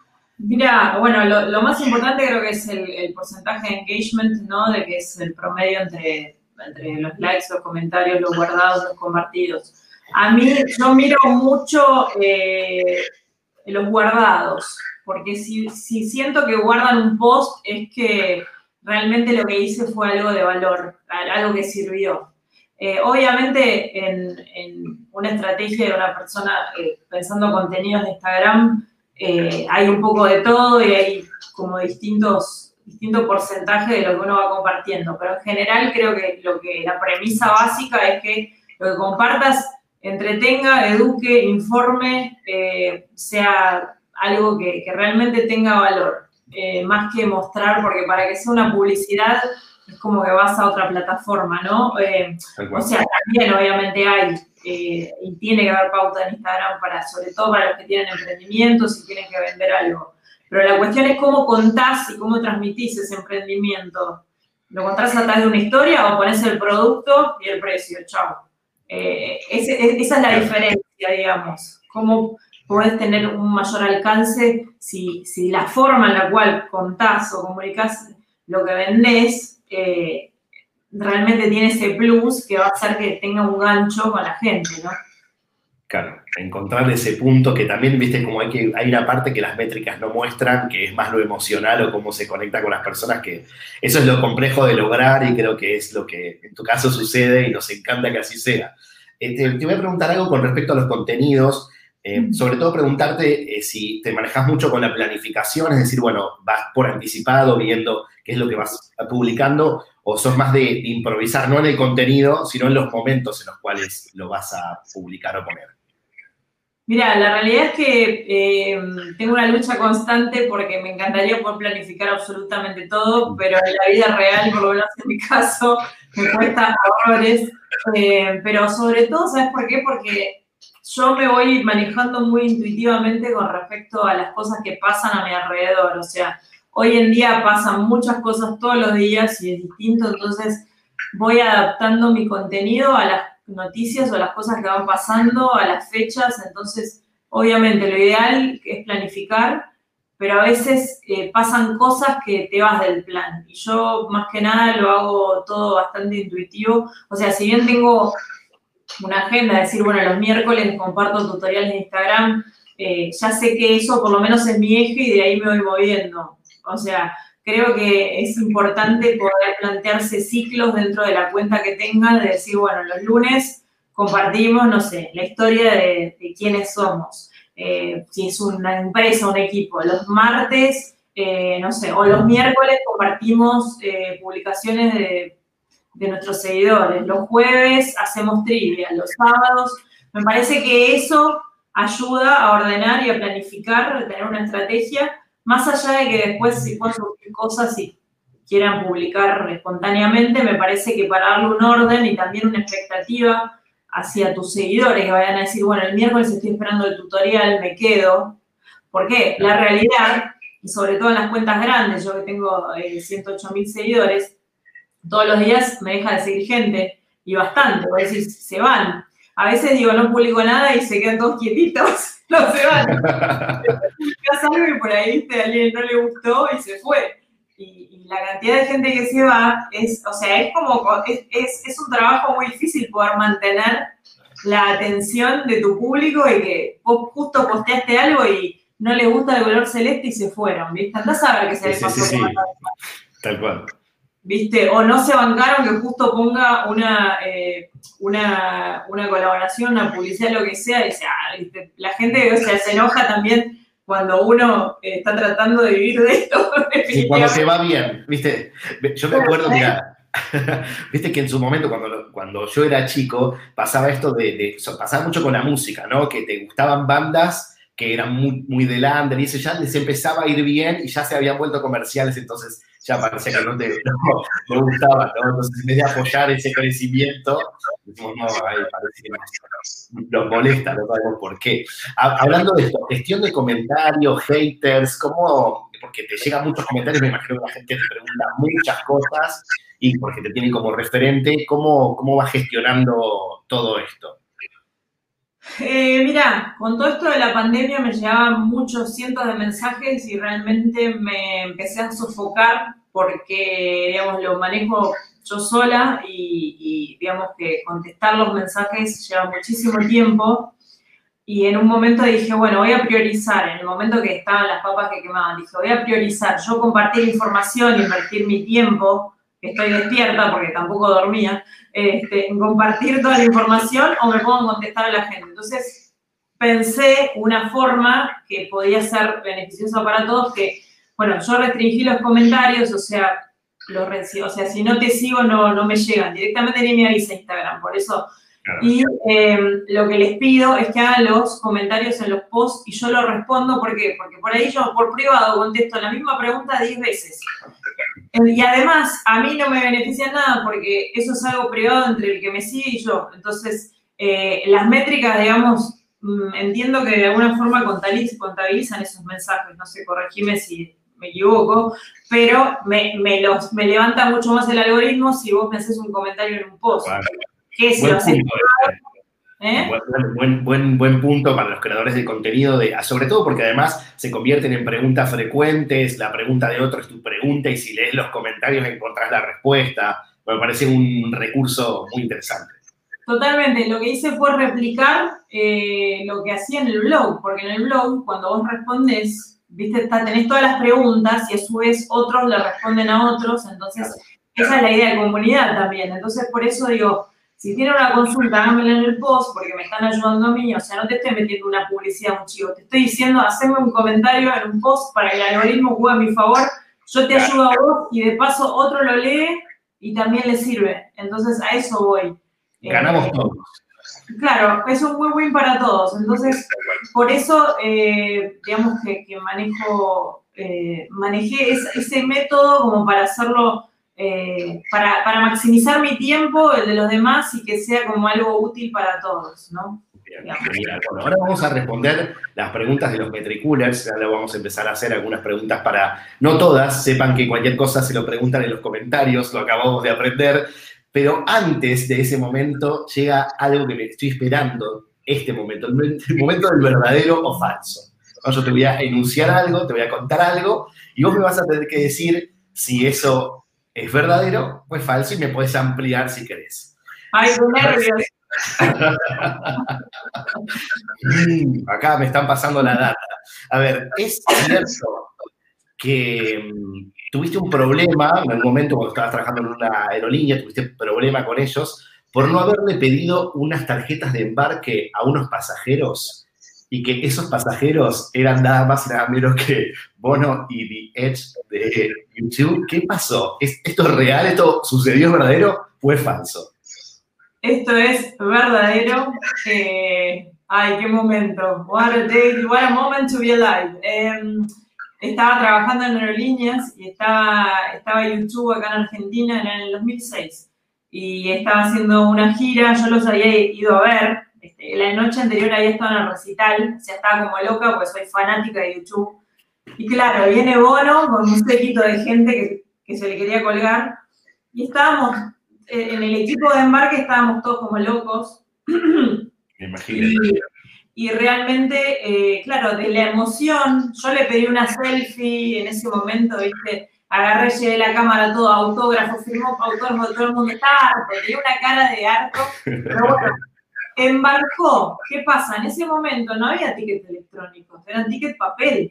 Mira, bueno, lo, lo más importante creo que es el, el porcentaje de engagement, ¿no? De que es el promedio entre, entre los likes, los comentarios, los guardados, los compartidos. A mí, yo miro mucho eh, los guardados, porque si, si siento que guardan un post es que realmente lo que hice fue algo de valor, algo que sirvió. Eh, obviamente, en, en una estrategia de una persona eh, pensando contenidos de Instagram, Eh, hay un poco de todo y hay como distintos, distintos porcentajes de lo que uno va compartiendo, pero en general creo que, lo que la premisa básica es que lo que compartas entretenga, eduque, informe, eh, sea algo que, que realmente tenga valor, eh, más que mostrar, porque para que sea una publicidad es como que vas a otra plataforma, ¿no? Eh, o sea, también obviamente hay Eh, y tiene que haber pauta en Instagram, para, sobre todo para los que tienen emprendimientos y tienen que vender algo. Pero la cuestión es cómo contás y cómo transmitís ese emprendimiento. ¿Lo contás a través de una historia o ponés el producto y el precio? Chao. Eh, ese, esa es la diferencia, digamos. Cómo podés tener un mayor alcance si, si la forma en la cual contás o comunicás lo que vendés eh, realmente tiene ese plus que va a hacer que tenga un gancho con la gente, ¿no? Claro, encontrar ese punto que también, viste, como hay, que, hay una parte que las métricas no muestran, que es más lo emocional o cómo se conecta con las personas, que eso es lo complejo de lograr y creo que es lo que en tu caso sucede y nos encanta que así sea. Eh, te, te voy a preguntar algo con respecto a los contenidos, eh, sobre todo preguntarte eh, si te manejas mucho con la planificación, es decir, bueno, vas por anticipado viendo qué es lo que vas publicando, o sos más de, de improvisar, no en el contenido, sino en los momentos en los cuales lo vas a publicar o poner. Mira, la realidad es que eh, tengo una lucha constante porque me encantaría poder planificar absolutamente todo, pero en la vida real, por lo menos en mi caso, me cuesta horrores. Eh, pero sobre todo, ¿sabes por qué? Porque yo me voy manejando muy intuitivamente con respecto a las cosas que pasan a mi alrededor. O sea, hoy en día pasan muchas cosas todos los días y es distinto, entonces voy adaptando mi contenido a las noticias o a las cosas que van pasando, a las fechas. Entonces, obviamente, lo ideal es planificar, pero a veces eh, pasan cosas que te vas del plan. Y yo, más que nada, lo hago todo bastante intuitivo. O sea, si bien tengo una agenda, de decir, bueno, los miércoles comparto tutoriales de Instagram, eh, ya sé que eso por lo menos es mi eje y de ahí me voy moviendo. O sea, creo que es importante poder plantearse ciclos dentro de la cuenta que tengan, de decir, bueno, los lunes compartimos, no sé, la historia de, de quiénes somos, eh, si es una empresa, un equipo. Los martes, eh, no sé, o los miércoles compartimos eh, publicaciones de, de nuestros seguidores. Los jueves hacemos trivia, los sábados. Me parece que eso ayuda a ordenar y a planificar, a tener una estrategia. Más allá de que después si pueden surgir cosas y quieran publicar espontáneamente, me parece que para darle un orden y también una expectativa hacia tus seguidores, que vayan a decir, bueno, el miércoles estoy esperando el tutorial, me quedo. ¿Por qué? La realidad, y sobre todo en las cuentas grandes, yo que tengo eh, ciento ocho mil seguidores, todos los días me deja de seguir gente, y bastante, por decir, se van. A veces digo, no publico nada y se quedan todos quietitos. No se van. Publicas algo y por ahí, viste, a alguien no le gustó y se fue. Y, y la cantidad de gente que se va es, o sea, es como, es, es, es un trabajo muy difícil poder mantener la atención de tu público y que vos justo posteaste algo y no le gusta el color celeste y se fueron, ¿viste? Andás a ver qué se les pasó. Sí, sí, sí. Tal cual. ¿Viste? O no se bancaron que justo ponga una, eh, una, una colaboración, una publicidad, lo que sea, y dice, ah, ¿viste? La gente, o sea, se enoja también cuando uno eh, está tratando de vivir de esto. Sí, cuando se va bien, ¿viste? Yo me acuerdo, mira, viste que en su momento, cuando, cuando yo era chico, pasaba esto de, de, pasaba mucho con la música, ¿no? Que te gustaban bandas que eran muy, muy del under, y eso ya les empezaba a ir bien y ya se habían vuelto comerciales, entonces ya parecía que no te no, no gustaba, ¿no? Entonces, en vez de apoyar ese crecimiento, decimos, no, ahí parece que nos, nos molesta, no sabemos por qué. Hablando de esto, gestión de comentarios, haters, ¿cómo? Porque te llegan muchos comentarios, me imagino que la gente te pregunta muchas cosas y porque te tienen como referente, ¿cómo, cómo vas gestionando todo esto? Eh, mirá, con todo esto de la pandemia me llegaban muchos cientos de mensajes y realmente me empecé a sofocar porque, digamos, lo manejo yo sola y, y digamos que contestar los mensajes lleva muchísimo tiempo. Y en un momento dije, bueno, voy a priorizar. En el momento que estaban las papas que quemaban, dije, voy a priorizar. Yo compartir información, invertir mi tiempo, que estoy despierta porque tampoco dormía, este, en compartir toda la información o me pongo a contestar a la gente. Entonces pensé una forma que podía ser beneficiosa para todos, que, bueno, yo restringí los comentarios, o sea, los, o sea, si no te sigo no, no me llegan. Directamente ni me avisa Instagram, por eso... Y eh, lo que les pido es que hagan los comentarios en los posts y yo lo respondo. ¿Por qué? Porque por ahí yo por privado contesto la misma pregunta diez veces. Y además, a mí no me beneficia nada porque eso es algo privado entre el que me sigue y yo. Entonces, eh, las métricas, digamos, mmm, entiendo que de alguna forma contabilizan esos mensajes. No sé, corregime si me equivoco, pero me, me, los, me levanta mucho más el algoritmo si vos me haces un comentario en un post. Claro. Que se buen, lo punto, ¿Eh? buen, buen, buen, buen punto para los creadores de contenido, de, sobre todo porque además se convierten en preguntas frecuentes, la pregunta de otro es tu pregunta y si lees los comentarios encontrás la respuesta. Me parece un recurso muy interesante. Totalmente, lo que hice fue replicar eh, lo que hacía en el blog, porque en el blog cuando vos respondes, viste, está, tenés todas las preguntas y a su vez otros le responden a otros, entonces esa es la idea de comunidad también. Entonces por eso digo, si tienen una consulta, háganmela en el post porque me están ayudando a mí. O sea, no te estoy metiendo una publicidad, un chivo. Te estoy diciendo, haceme un comentario en un post para que el algoritmo juegue a mi favor. Yo te ayudo a vos y de paso otro lo lee y también le sirve. Entonces, a eso voy. Ganamos eh, todos. Claro, es un win-win para todos. Entonces, por eso, eh, digamos que, que manejo, eh, manejé ese, ese método como para hacerlo... Eh, para, para maximizar mi tiempo, el de los demás, y que sea como algo útil para todos, ¿no? Bien, genial. Bueno, ahora vamos a responder las preguntas de los Metricoolers. Ahora vamos a empezar a hacer algunas preguntas para, no todas, sepan que cualquier cosa se lo preguntan en los comentarios, lo acabamos de aprender, pero antes de ese momento llega algo que me estoy esperando, este momento, el momento del verdadero o falso. ¿No? Yo te voy a enunciar algo, te voy a contar algo, y vos me vas a tener que decir si eso es verdadero o es falso y me puedes ampliar si querés. ¡Ay, qué nervios! Acá me están pasando la data. A ver, ¿es cierto que um, tuviste un problema en algún momento cuando estabas trabajando en una aerolínea, tuviste un problema con ellos por no haberle pedido unas tarjetas de embarque a unos pasajeros y que esos pasajeros eran nada más y nada menos que Bono y The Edge de YouTube? ¿Qué pasó? ¿Es, ¿Esto es real? ¿Esto sucedió? ¿Es verdadero? ¿O es falso? Esto es verdadero. Eh, ay, qué momento. What a day, what a moment to be alive. Eh, estaba trabajando en aerolíneas y estaba, estaba YouTube acá en Argentina en el dos mil seis. Y estaba haciendo una gira, yo los había ido a ver. Este, la noche anterior había estado en el recital, o sea, estaba como loca porque soy fanática de YouTube. Y claro, viene Bono con un séquito de gente que, que se le quería colgar. Y estábamos, eh, en el equipo de embarque estábamos todos como locos. Me imagino. Y, y realmente, eh, claro, de la emoción, yo le pedí una selfie en ese momento, ¿viste? Agarré, llevé la cámara, todo, autógrafo, firmó autógrafo, todo el mundo estaba harto, tenía una cara de harto. Pero bueno, embarcó. ¿Qué pasa? En ese momento no había tickets electrónicos, eran tickets papel.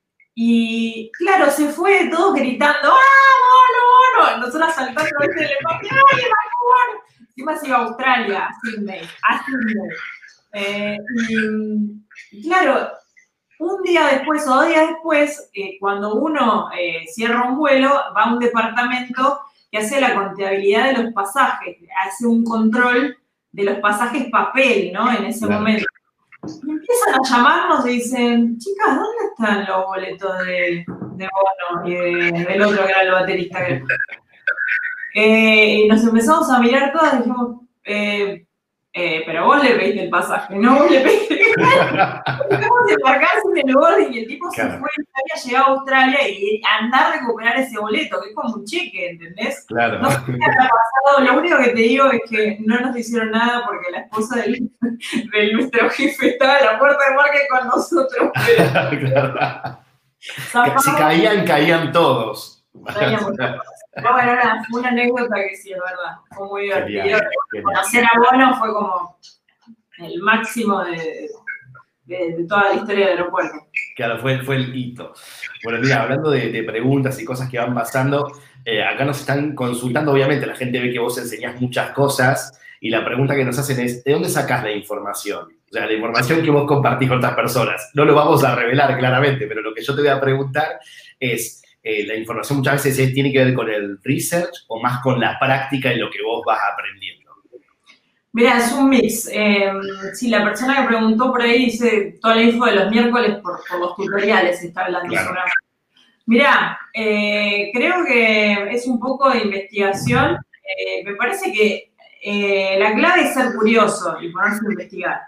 Y claro, se fue todos gritando, ¡ah, Bono, Bono! Nosotros saltando desde el papel, ¡ay, Bono! Encima se iba a Australia, a Sydney, a Sydney. Eh, y, y claro, un día después o dos días después, eh, cuando uno eh, cierra un vuelo, va a un departamento que hace la contabilidad de los pasajes, hace un control de los pasajes papel, ¿no? En ese claro. momento. Y empiezan a llamarnos y dicen, chicas, ¿dónde están los boletos de, de Bono y de, del otro que era el baterista? Eh, y nos empezamos a mirar todas y dijimos, eh, Eh, pero vos le pediste el pasaje, no vos le pediste el Estamos embarcarse en el boarding y el tipo claro. se fue, había llegado a Australia y andar a recuperar ese boleto, que es como un cheque, ¿entendés? Claro. No sé qué ha pasado, lo único que te digo es que no nos hicieron nada porque la esposa del, de nuestro jefe estaba a la puerta de market con nosotros. Pero... claro. Si caían, caían todos. Caíamos todos. No, bueno, era, fue una anécdota que sí, es verdad. Fue muy divertido. Conocer a Bono fue como el máximo de, de, de toda la historia del aeropuerto. Claro, fue, fue el hito. Bueno, mira, hablando de, de preguntas y cosas que van pasando, eh, acá nos están consultando, obviamente, la gente ve que vos enseñás muchas cosas y la pregunta que nos hacen es, ¿de dónde sacás la información? O sea, la información que vos compartís con otras personas. No lo vamos a revelar claramente, pero lo que yo te voy a preguntar es, Eh, la información muchas veces es, tiene que ver con el research o más con la práctica y lo que vos vas aprendiendo. Mira, es un mix. Eh, sí, la persona que preguntó por ahí dice toda la info de los miércoles por, por los tutoriales, está hablando. Claro. Mira, eh, creo que es un poco de investigación. Eh, me parece que eh, la clave es ser curioso y ponerse a investigar.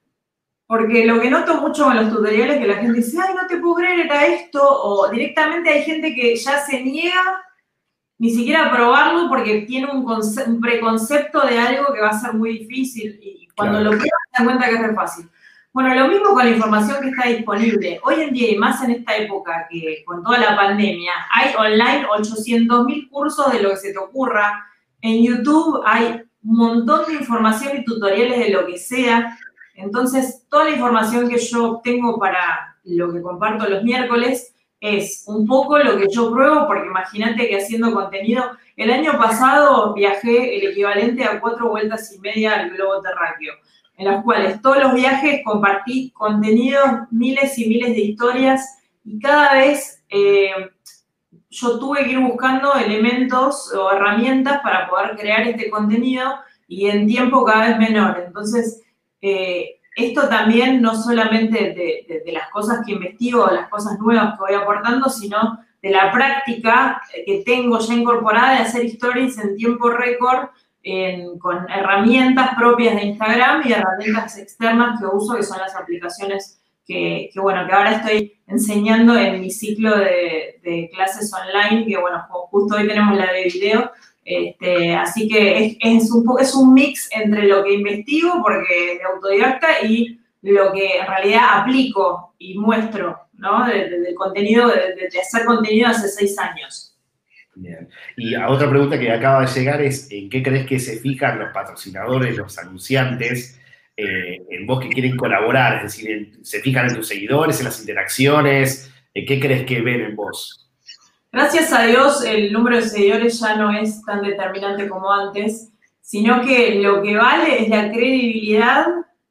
Porque lo que noto mucho con los tutoriales es que la gente dice, ay, no te puedo creer, era esto, o directamente hay gente que ya se niega ni siquiera a probarlo porque tiene un, un preconcepto de algo que va a ser muy difícil y cuando claro. lo pruebas te das cuenta que es re fácil. Bueno, lo mismo con la información que está disponible. Hoy en día, y más en esta época que con toda la pandemia, hay online ochocientos mil cursos de lo que se te ocurra. En YouTube hay un montón de información y tutoriales de lo que sea. Entonces, toda la información que yo obtengo para lo que comparto los miércoles es un poco lo que yo pruebo, porque imagínate que haciendo contenido, el año pasado viajé el equivalente a cuatro vueltas y media al globo terráqueo, en las cuales todos los viajes compartí contenidos, miles y miles de historias, y cada vez eh, yo tuve que ir buscando elementos o herramientas para poder crear este contenido, y en tiempo cada vez menor. Entonces, Eh, esto también no solamente de, de, de las cosas que investigo, de las cosas nuevas que voy aportando, sino de la práctica que tengo ya incorporada de hacer stories en tiempo récord en, con herramientas propias de Instagram y herramientas externas que uso, que son las aplicaciones que, que bueno, que ahora estoy enseñando en mi ciclo de, de clases online, que bueno, justo hoy tenemos la de video. Este, así que es, es, un, es un mix entre lo que investigo, porque de autodidacta, y lo que en realidad aplico y muestro, ¿no? Del de, de contenido, de, de hacer contenido hace seis años. Bien. Y a otra pregunta que acaba de llegar es, ¿en qué crees que se fijan los patrocinadores, los anunciantes, eh, en vos que quieren colaborar? Es decir, en, ¿se fijan en tus seguidores, en las interacciones? ¿En qué crees que ven en vos? Gracias a Dios, el número de seguidores ya no es tan determinante como antes, sino que lo que vale es la credibilidad,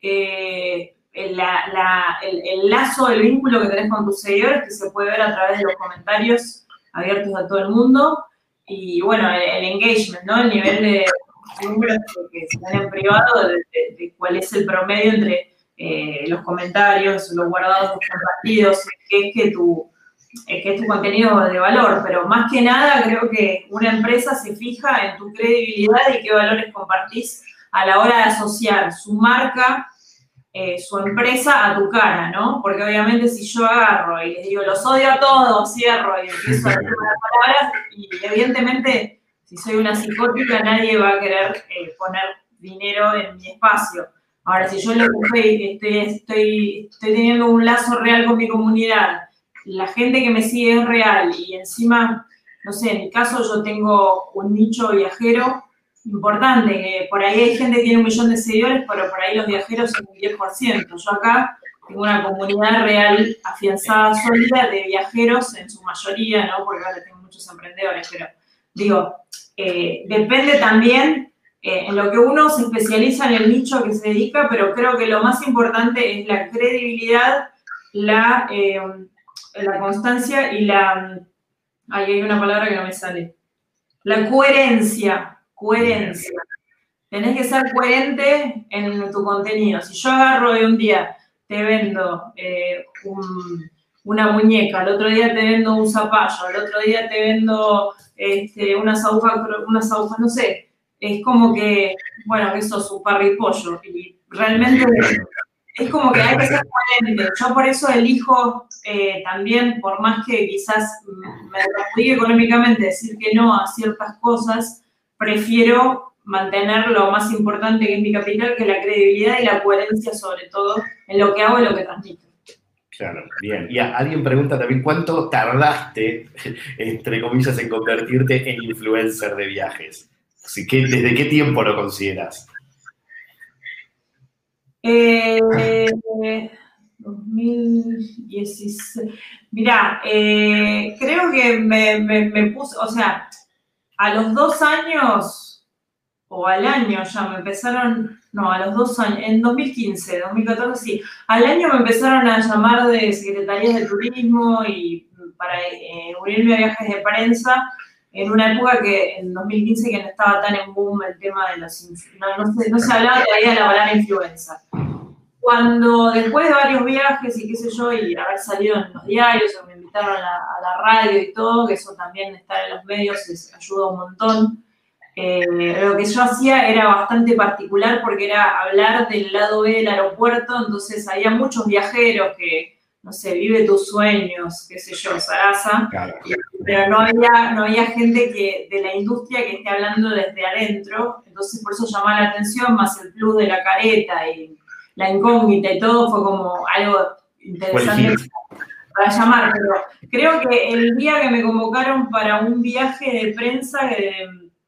eh, la, la, el, el lazo, el vínculo que tenés con tus seguidores, que se puede ver a través de los comentarios abiertos a todo el mundo, y bueno, el, el engagement, ¿no? El nivel de números que se dan en privado, de, de, de cuál es el promedio entre eh, los comentarios, los guardados, los compartidos, que es que tu... que es tu contenido de valor, pero más que nada creo que una empresa se fija en tu credibilidad y qué valores compartís a la hora de asociar su marca, eh, su empresa a tu cara, ¿no? Porque obviamente si yo agarro y les digo, los odio a todos, cierro y empiezo a decir las palabras, y evidentemente si soy una psicótica nadie va a querer eh, poner dinero en mi espacio. Ahora, si yo le estoy, estoy, estoy, estoy teniendo un lazo real con mi comunidad, la gente que me sigue es real y encima, no sé, en mi caso yo tengo un nicho viajero importante, que por ahí hay gente que tiene un millón de seguidores, pero por ahí los viajeros son un diez por ciento. Yo acá tengo una comunidad real, afianzada, sólida, de viajeros en su mayoría, ¿no? Porque ahora tengo muchos emprendedores, pero digo, eh, depende también eh, en lo que uno se especializa en el nicho a que se dedica, pero creo que lo más importante es la credibilidad, la... Eh, la constancia y la... Ahí hay una palabra que no me sale. La coherencia. Coherencia. Tenés que ser coherente en tu contenido. Si yo agarro de un día, te vendo eh, un, una muñeca, al otro día te vendo un zapallo, al otro día te vendo este, unas agujas, unas agujas, no sé, es como que, bueno, eso es un parripollo. Y realmente es como que hay que ser coherente. Yo por eso elijo eh, también, por más que quizás me perjudique económicamente decir que no a ciertas cosas, prefiero mantener lo más importante que es mi capital, que es la credibilidad y la coherencia sobre todo en lo que hago y lo que transmito. Claro, bien. Y alguien pregunta también, ¿cuánto tardaste, entre comillas, en convertirte en influencer de viajes? Así que, ¿desde qué tiempo lo consideras? Eh, dos mil dieciséis. Mirá, eh, creo que me, me, me puse, o sea, a los dos años, o al año ya me empezaron, no, a los dos años, en dos mil quince, dos mil catorce, sí, al año me empezaron a llamar de secretarías de turismo y para eh, unirme a viajes de prensa, en una época que, en dos mil quince, que no estaba tan en boom el tema de los, no, no, se, no se hablaba todavía de la palabra influencer. Cuando después de varios viajes y qué sé yo, y haber salido en los diarios, o me invitaron a la, a la radio y todo, que eso también, estar en los medios, les ayuda un montón. Eh, lo que yo hacía era bastante particular porque era hablar del lado B del aeropuerto, entonces había muchos viajeros que, no sé, vive tus sueños, qué sé yo, Sarasa, claro. Pero no había, no había gente que, de la industria que esté hablando desde adentro, entonces por eso llamaba la atención, más el plus de la careta y la incógnita y todo, fue como algo interesante para llamar, pero creo que el día que me convocaron para un viaje de prensa de,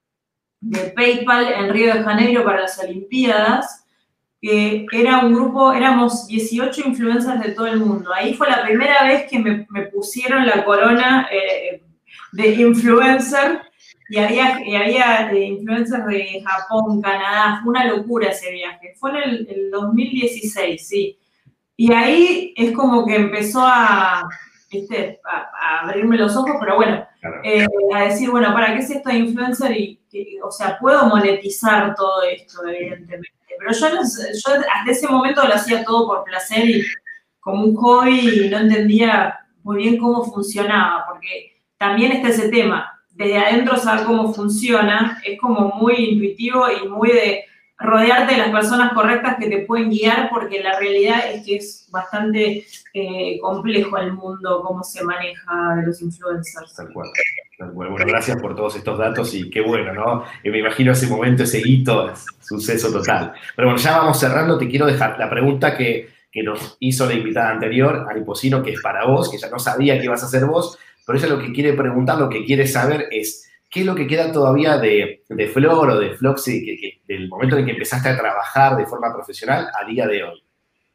de PayPal en Río de Janeiro para las Olimpiadas, que era un grupo, éramos dieciocho influencers de todo el mundo. Ahí fue la primera vez que me, me pusieron la corona eh, de influencer, y había, y había de influencers de Japón, Canadá, fue una locura ese viaje. Fue en el, el dos mil dieciséis, sí. Y ahí es como que empezó a, ¿viste? a, a abrirme los ojos, pero bueno, claro. eh, a decir, bueno, ¿para qué es esto de influencer? Y, que, o sea, puedo monetizar todo esto, evidentemente. Pero yo, no, yo hasta ese momento lo hacía todo por placer y como un hobby, y no entendía muy bien cómo funcionaba, porque también está ese tema. Desde adentro saber cómo funciona es como muy intuitivo y muy de rodearte de las personas correctas que te pueden guiar, porque la realidad es que es bastante eh, complejo el mundo, cómo se maneja de los influencers. Tal cual, tal cual. Bueno, gracias por todos estos datos y qué bueno, ¿no? Y me imagino ese momento, ese hito, suceso total. Pero bueno, ya vamos cerrando, te quiero dejar la pregunta que, que nos hizo la invitada anterior, Ani Pocino, que es para vos, que ya no sabía que ibas a hacer vos, pero ella lo que quiere preguntar, lo que quiere saber es qué es lo que queda todavía de, de Flor o de Floxy, que, que, del momento en que empezaste a trabajar de forma profesional a día de hoy.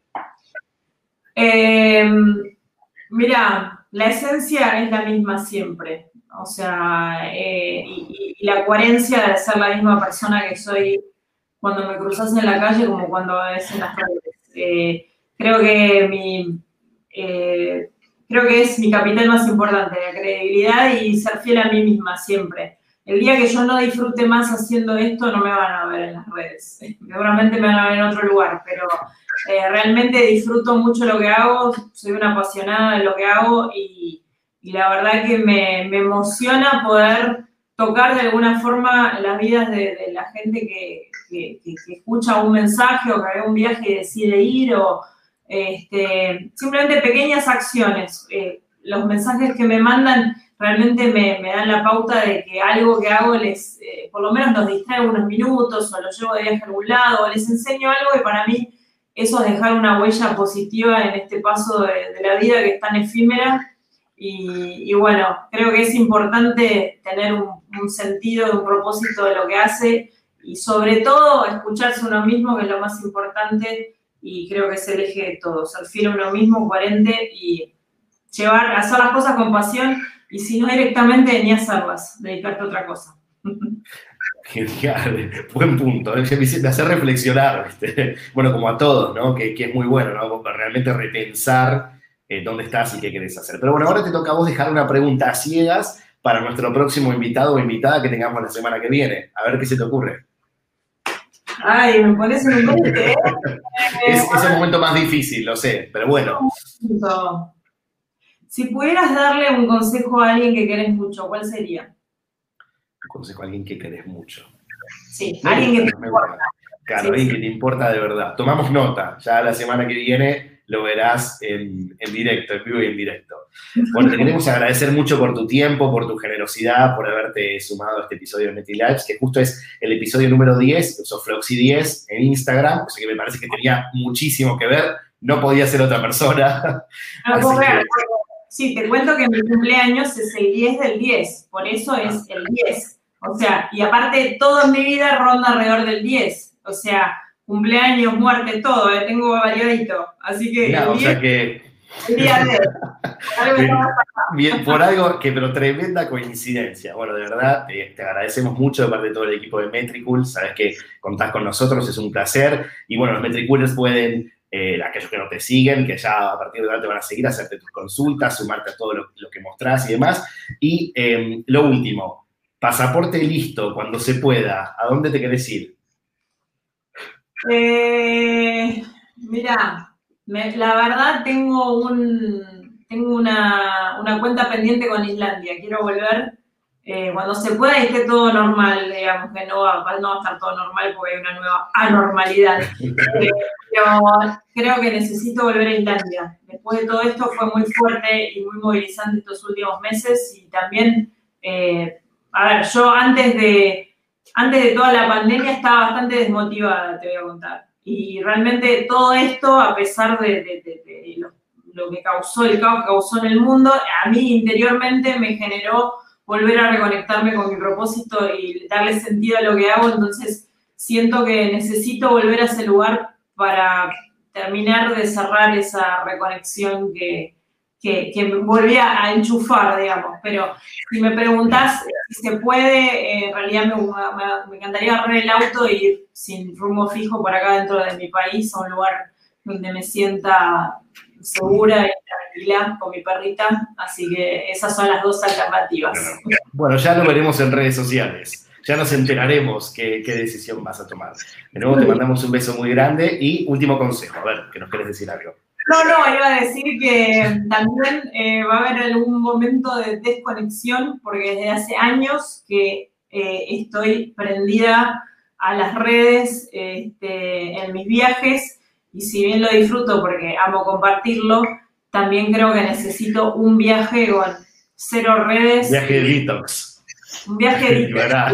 Eh, mira, la esencia es la misma siempre. O sea, eh, y, y la coherencia de ser la misma persona que soy cuando me cruzas en la calle como cuando ves en las redes. Eh, creo que mi... Eh, Creo que es mi capital más importante, la credibilidad y ser fiel a mí misma siempre. El día que yo no disfrute más haciendo esto, no me van a ver en las redes. Seguramente me van a ver en otro lugar, pero eh, realmente disfruto mucho lo que hago, soy una apasionada de lo que hago y, y la verdad que me, me emociona poder tocar de alguna forma las vidas de, de la gente que, que, que, que escucha un mensaje o que ve un viaje y decide ir, o Este, simplemente pequeñas acciones. Eh, los mensajes que me mandan realmente me, me dan la pauta de que algo que hago les, eh, por lo menos los distrae unos minutos, o los llevo de viaje a algún lado, o les enseño algo, y para mí eso es dejar una huella positiva en este paso de, de la vida que es tan efímera. Y, y bueno, creo que es importante tener un, un sentido, un propósito de lo que hace, y sobre todo escucharse uno mismo, que es lo más importante. Y creo que es el eje de todo, ser fiel a uno mismo, coherente y llevar, hacer las cosas con pasión, y si no directamente ni hacerlas, dedicarte a otra cosa. Genial, buen punto, me hace reflexionar, ¿viste? Bueno, como a todos, ¿no? Que, que es muy bueno, ¿no? Para realmente repensar eh, dónde estás y qué querés hacer. Pero bueno, ahora te toca a vos dejar una pregunta a ciegas para nuestro próximo invitado o invitada que tengamos la semana que viene. A ver qué se te ocurre. Ay, me pones en un momento, ¿eh? Es, es el momento más difícil, lo sé, pero bueno. Si pudieras darle un consejo a alguien que querés mucho, ¿cuál sería? Un consejo a alguien que querés mucho. Sí, Me alguien gusta, que te me importa. gusta. Claro, Sí, alguien sí. que te importa de verdad. Tomamos nota. Ya la semana que viene lo verás en, en directo, en vivo y en directo. Bueno, te queremos agradecer mucho por tu tiempo, por tu generosidad, por haberte sumado a este episodio de MetriLives, que justo es el episodio número diez, usó Floxy diez en Instagram, o sea que me parece que tenía muchísimo que ver. No podía ser otra persona. No lo Así puedo creer. que, Sí, te cuento que mi cumpleaños es el diez del diez, por eso es el diez. O sea, y aparte toda mi vida ronda alrededor del diez. O sea, cumpleaños, muerte, todo, ¿eh? Tengo variadito. Así que mirá, el o diez sea que el día de por algo estamos bien, bien, por algo que, pero tremenda coincidencia. Bueno, de verdad, te, te agradecemos mucho de parte de todo el equipo de Metricool. Sabes que contás con nosotros, es un placer. Y bueno, los Metricoolers pueden, eh, aquellos que no te siguen, que ya a partir de ahora te van a seguir, hacerte tus consultas, sumarte a todo lo, lo que mostrás y demás. Y eh, lo último, pasaporte listo, cuando se pueda. ¿A dónde te querés ir? Eh, mira, me- la verdad tengo un tengo una, una cuenta pendiente con Islandia. Quiero volver eh, cuando se pueda y esté todo normal, digamos que no va, no va a estar todo normal porque hay una nueva anormalidad. Eh, pero creo que necesito volver a Islandia. Después de todo esto fue muy fuerte y muy movilizante estos últimos meses y también, eh, a ver, yo antes de antes de toda la pandemia estaba bastante desmotivada, te voy a contar. Y realmente todo esto, a pesar de, de, de, de lo, lo que causó, el caos que causó en el mundo, a mí interiormente me generó volver a reconectarme con mi propósito y darle sentido a lo que hago. Entonces siento que necesito volver a ese lugar para terminar de cerrar esa reconexión que, que, que me volví a enchufar, digamos. Pero si me preguntás si se puede, eh, en realidad me, me, me encantaría agarrar el auto e ir sin rumbo fijo por acá dentro de mi país, a un lugar donde me sienta segura y tranquila con mi perrita. Así que esas son las dos alternativas. Bueno, ya lo veremos en redes sociales. Ya nos enteraremos qué, qué decisión vas a tomar. De nuevo te mandamos un beso muy grande y último consejo. A ver, que nos querés decir algo. No, no, iba a decir que también eh, va a haber algún momento de desconexión, porque desde hace años que eh, estoy prendida a las redes este, en mis viajes, y si bien lo disfruto porque amo compartirlo, también creo que necesito un viaje con cero redes. Viaje de detox. Un viaje de detox.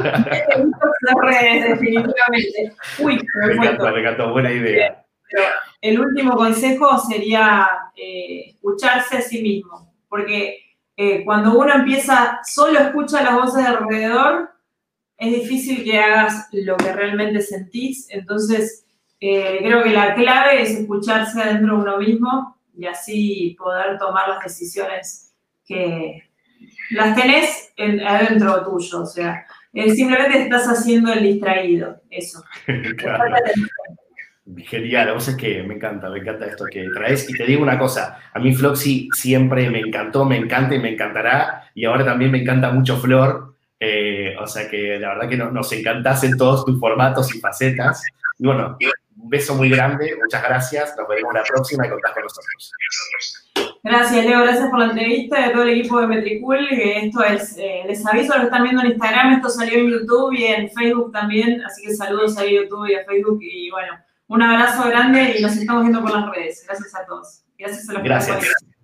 de redes, definitivamente. Uy, me, me encanta, me encantó, buena idea. Pero el último consejo sería eh, escucharse a sí mismo, porque eh, cuando uno empieza, solo escucha las voces de alrededor, es difícil que hagas lo que realmente sentís. Entonces, eh, creo que la clave es escucharse adentro de uno mismo y así poder tomar las decisiones que las tenés en, adentro tuyo. O sea, eh, simplemente estás haciendo el distraído, eso. Claro. Genial, la cosa es que me encanta, me encanta esto que traes. Y te digo una cosa, a mí Floxy siempre me encantó, me encanta y me encantará. Y ahora también me encanta mucho Flor. Eh, o sea que la verdad que no, nos encantasen todos tus formatos y facetas. Y bueno, un beso muy grande, muchas gracias. Nos veremos la próxima y contás con nosotros. Gracias, Leo, gracias por la entrevista de todo el equipo de Metricool. Esto es, eh, les aviso, lo que están viendo en Instagram, esto salió en YouTube y en Facebook también. Así que saludos a YouTube y a Facebook y bueno. Un abrazo grande y nos estamos viendo por las redes. Gracias a todos. Gracias a los Gracias.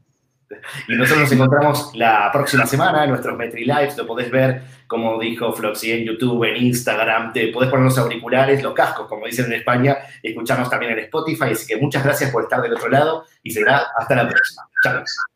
Y nosotros nos encontramos la próxima semana en nuestros MetriLives. Lo podés ver, como dijo Floxy, en YouTube, en Instagram. Te podés poner los auriculares, los cascos, como dicen en España, y escucharnos también en Spotify. Así que muchas gracias por estar del otro lado y será hasta la próxima. Chao.